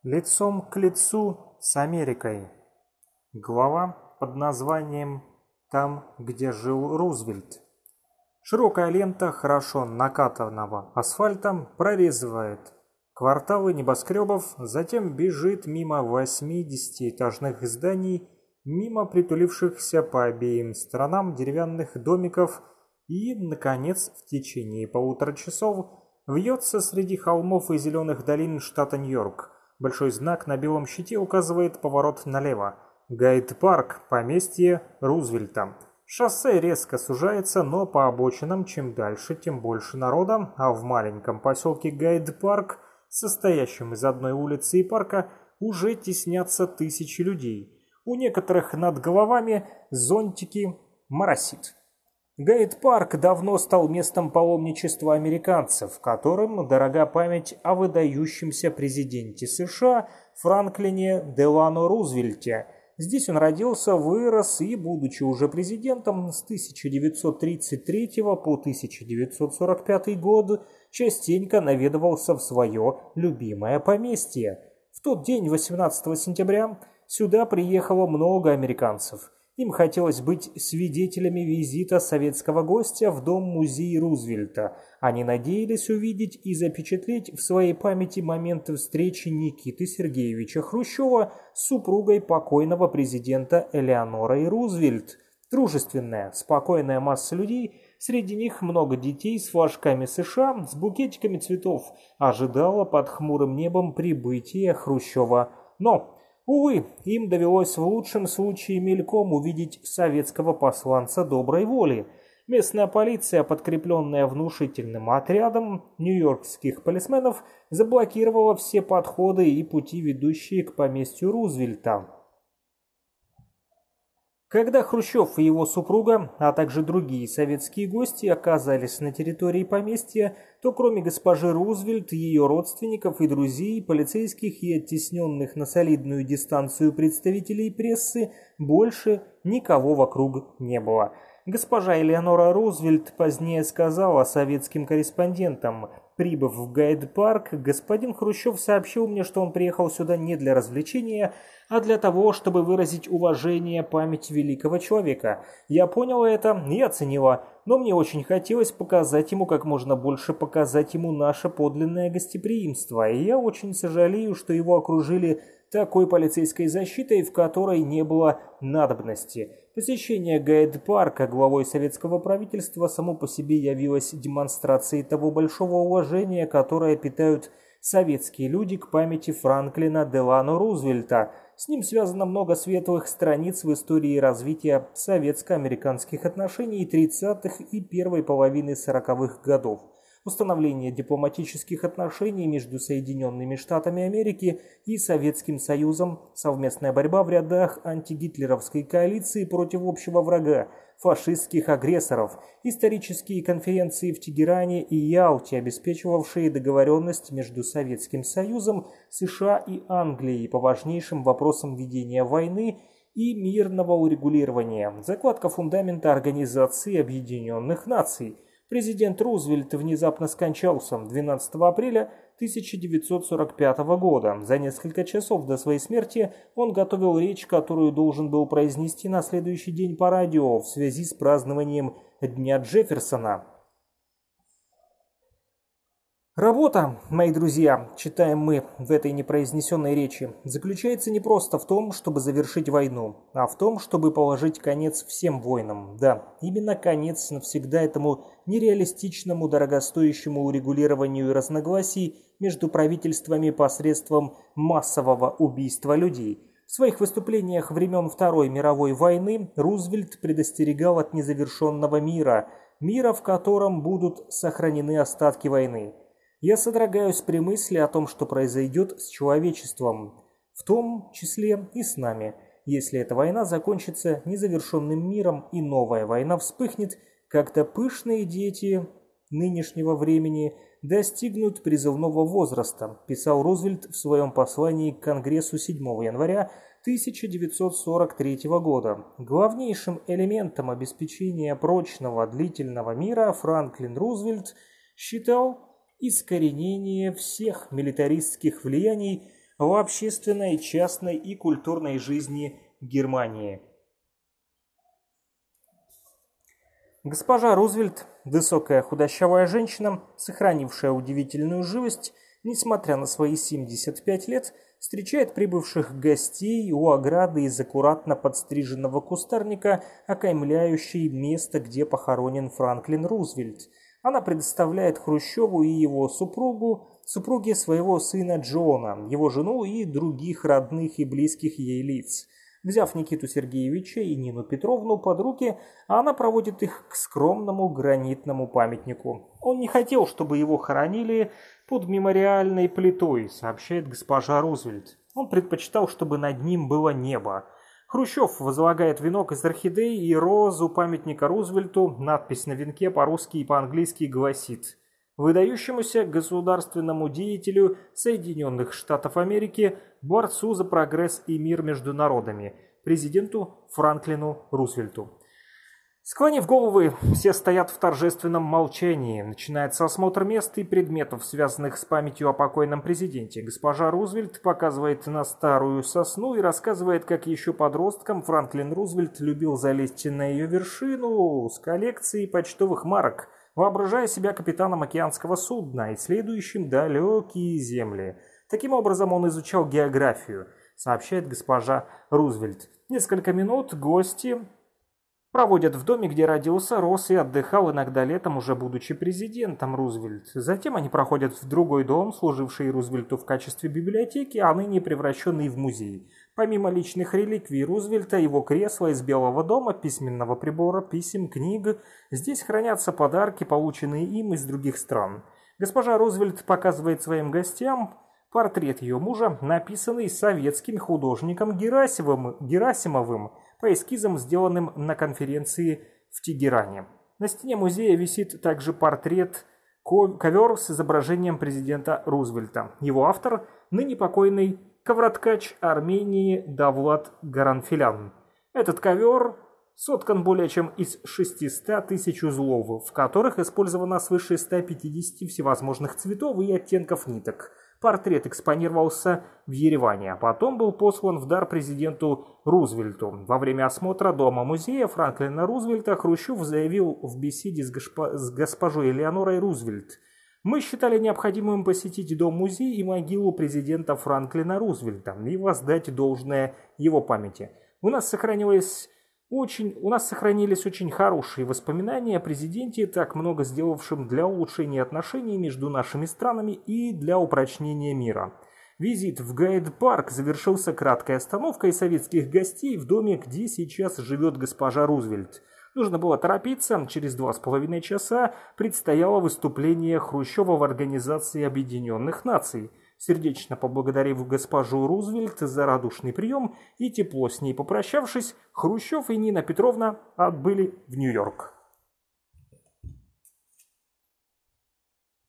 Лицом к лицу с Америкой. Глава под названием «Там, где жил Рузвельт». Широкая лента хорошо накатанного асфальта прорезывает кварталы небоскребов, затем бежит мимо 80-этажных зданий, мимо притулившихся по обеим сторонам деревянных домиков и, наконец, в течение 1,5 часов вьется среди холмов и зеленых долин штата Нью-Йорк. Большой знак на белом щите указывает поворот налево. Гайд-парк, поместье Рузвельта. Шоссе резко сужается, но по обочинам чем дальше, тем больше народа, а в маленьком поселке Гайд-парк, состоящем из одной улицы и парка, уже теснятся тысячи людей. У некоторых над головами зонтики моросит. Гайд-парк давно стал местом паломничества американцев, которым дорога память о выдающемся президенте США Франклине Делано Рузвельте. Здесь он родился, вырос и, будучи уже президентом, с 1933 по 1945 год частенько наведывался в свое любимое поместье. В тот день, 18 сентября, сюда приехало много американцев. Им хотелось быть свидетелями визита советского гостя в дом-музей Рузвельта. Они надеялись увидеть и запечатлеть в своей памяти моменты встречи Никиты Сергеевича Хрущева с супругой покойного президента Элеонорой Рузвельт. Дружественная, спокойная масса людей, среди них много детей с флажками США, с букетиками цветов, ожидала под хмурым небом прибытия Хрущева. Но... увы, им довелось в лучшем случае мельком увидеть советского посланца доброй воли. Местная полиция, подкрепленная внушительным отрядом нью-йоркских полисменов, заблокировала все подходы и пути, ведущие к поместью Рузвельта. Когда Хрущев и его супруга, а также другие советские гости оказались на территории поместья, то кроме госпожи Рузвельт, ее родственников и друзей, полицейских и оттесненных на солидную дистанцию представителей прессы, больше никого вокруг не было. Госпожа Элеонора Рузвельт позднее сказала советским корреспондентам: «Прибыв в Гайд-парк, господин Хрущев сообщил мне, что он приехал сюда не для развлечения, а для того, чтобы выразить уважение памяти великого человека. Я поняла это и оценила, но мне очень хотелось показать ему как можно больше, показать ему наше подлинное гостеприимство, и я очень сожалею, что его окружили такой полицейской защитой, в которой не было надобности». Посещение Гайд-парка главой советского правительства само по себе явилось демонстрацией того большого уважения, которое питают советские люди к памяти Франклина Делано Рузвельта. С ним связано много светлых страниц в истории развития советско-американских отношений 30-х и первой половины 40-х годов. Установление дипломатических отношений между Соединенными Штатами Америки и Советским Союзом, совместная борьба в рядах антигитлеровской коалиции против общего врага, фашистских агрессоров, исторические конференции в Тегеране и Ялте, обеспечивавшие договоренность между Советским Союзом, США и Англией по важнейшим вопросам ведения войны и мирного урегулирования, закладка фундамента Организации Объединенных Наций. Президент Рузвельт внезапно скончался 12 апреля 1945 года. За несколько часов до своей смерти он готовил речь, которую должен был произнести на следующий день по радио в связи с празднованием Дня Джефферсона. Работа, мои друзья, читаем мы в этой непроизнесенной речи, заключается не просто в том, чтобы завершить войну, а в том, чтобы положить конец всем войнам. Да, именно конец навсегда этому нереалистичному, дорогостоящему урегулированию разногласий между правительствами посредством массового убийства людей. В своих выступлениях времен Второй мировой войны Рузвельт предостерегал от незавершенного мира, мира, в котором будут сохранены остатки войны. Я содрогаюсь при мысли о том, что произойдет с человечеством, в том числе и с нами, если эта война закончится незавершенным миром и новая война вспыхнет, когда пышные дети нынешнего времени достигнут призывного возраста, писал Рузвельт в своем послании к Конгрессу 7 января 1943 года. Главнейшим элементом обеспечения прочного длительного мира Франклин Рузвельт считал искоренение всех милитаристских влияний в общественной, частной и культурной жизни Германии. Госпожа Рузвельт, высокая худощавая женщина, сохранившая удивительную живость, несмотря на свои 75 лет, встречает прибывших гостей у ограды из аккуратно подстриженного кустарника, окаймляющей место, где похоронен Франклин Рузвельт. Она предоставляет Хрущеву и его супруге своего сына Джона, его жену и других родных и близких ей лиц. Взяв Никиту Сергеевича и Нину Петровну под руки, она проводит их к скромному гранитному памятнику. Он не хотел, чтобы его хоронили под мемориальной плитой, сообщает госпожа Рузвельт. Он предпочитал, чтобы над ним было небо. Хрущев возлагает венок из орхидей и роз у памятника Рузвельту. Надпись на венке по-русски и по-английски гласит: «Выдающемуся государственному деятелю Соединенных Штатов Америки, борцу за прогресс и мир между народами, президенту Франклину Рузвельту». Склонив головы, все стоят в торжественном молчании. Начинается осмотр мест и предметов, связанных с памятью о покойном президенте. Госпожа Рузвельт показывает на старую сосну и рассказывает, как еще подростком Франклин Рузвельт любил залезть на ее вершину с коллекцией почтовых марок, воображая себя капитаном океанского судна, исследующим далекие земли. Таким образом он изучал географию, сообщает госпожа Рузвельт. Несколько минут гости проводят в доме, где родился, рос и отдыхал иногда летом, уже будучи президентом Рузвельт. Затем они проходят в другой дом, служивший Рузвельту в качестве библиотеки, а ныне превращенный в музей. Помимо личных реликвий Рузвельта, его кресла из Белого дома, письменного прибора, писем, книг, здесь хранятся подарки, полученные им из других стран. Госпожа Рузвельт показывает своим гостям портрет ее мужа, написанный советским художником Герасимовым, по эскизам, сделанным на конференции в Тегеране. На стене музея висит также ковер с изображением президента Рузвельта. Его автор – ныне покойный ковроткач Армении Давлат Гаранфилян. Этот ковер соткан более чем из 600 тысяч узлов, в которых использовано свыше 150 всевозможных цветов и оттенков ниток. Портрет экспонировался в Ереване, а потом был послан в дар президенту Рузвельту. Во время осмотра дома-музея Франклина Рузвельта Хрущев заявил в беседе с госпожой Элеонорой Рузвельт: «Мы считали необходимым посетить дом-музей и могилу президента Франклина Рузвельта и воздать должное его памяти. У нас сохранились очень хорошие воспоминания о президенте, так много сделавшем для улучшения отношений между нашими странами и для упрочнения мира». Визит в Гайд-парк завершился краткой остановкой советских гостей в доме, где сейчас живет госпожа Рузвельт. Нужно было торопиться, через 2,5 часа предстояло выступление Хрущева в Организации Объединенных Наций. Сердечно поблагодарив госпожу Рузвельт за радушный прием и тепло с ней попрощавшись, Хрущев и Нина Петровна отбыли в Нью-Йорк.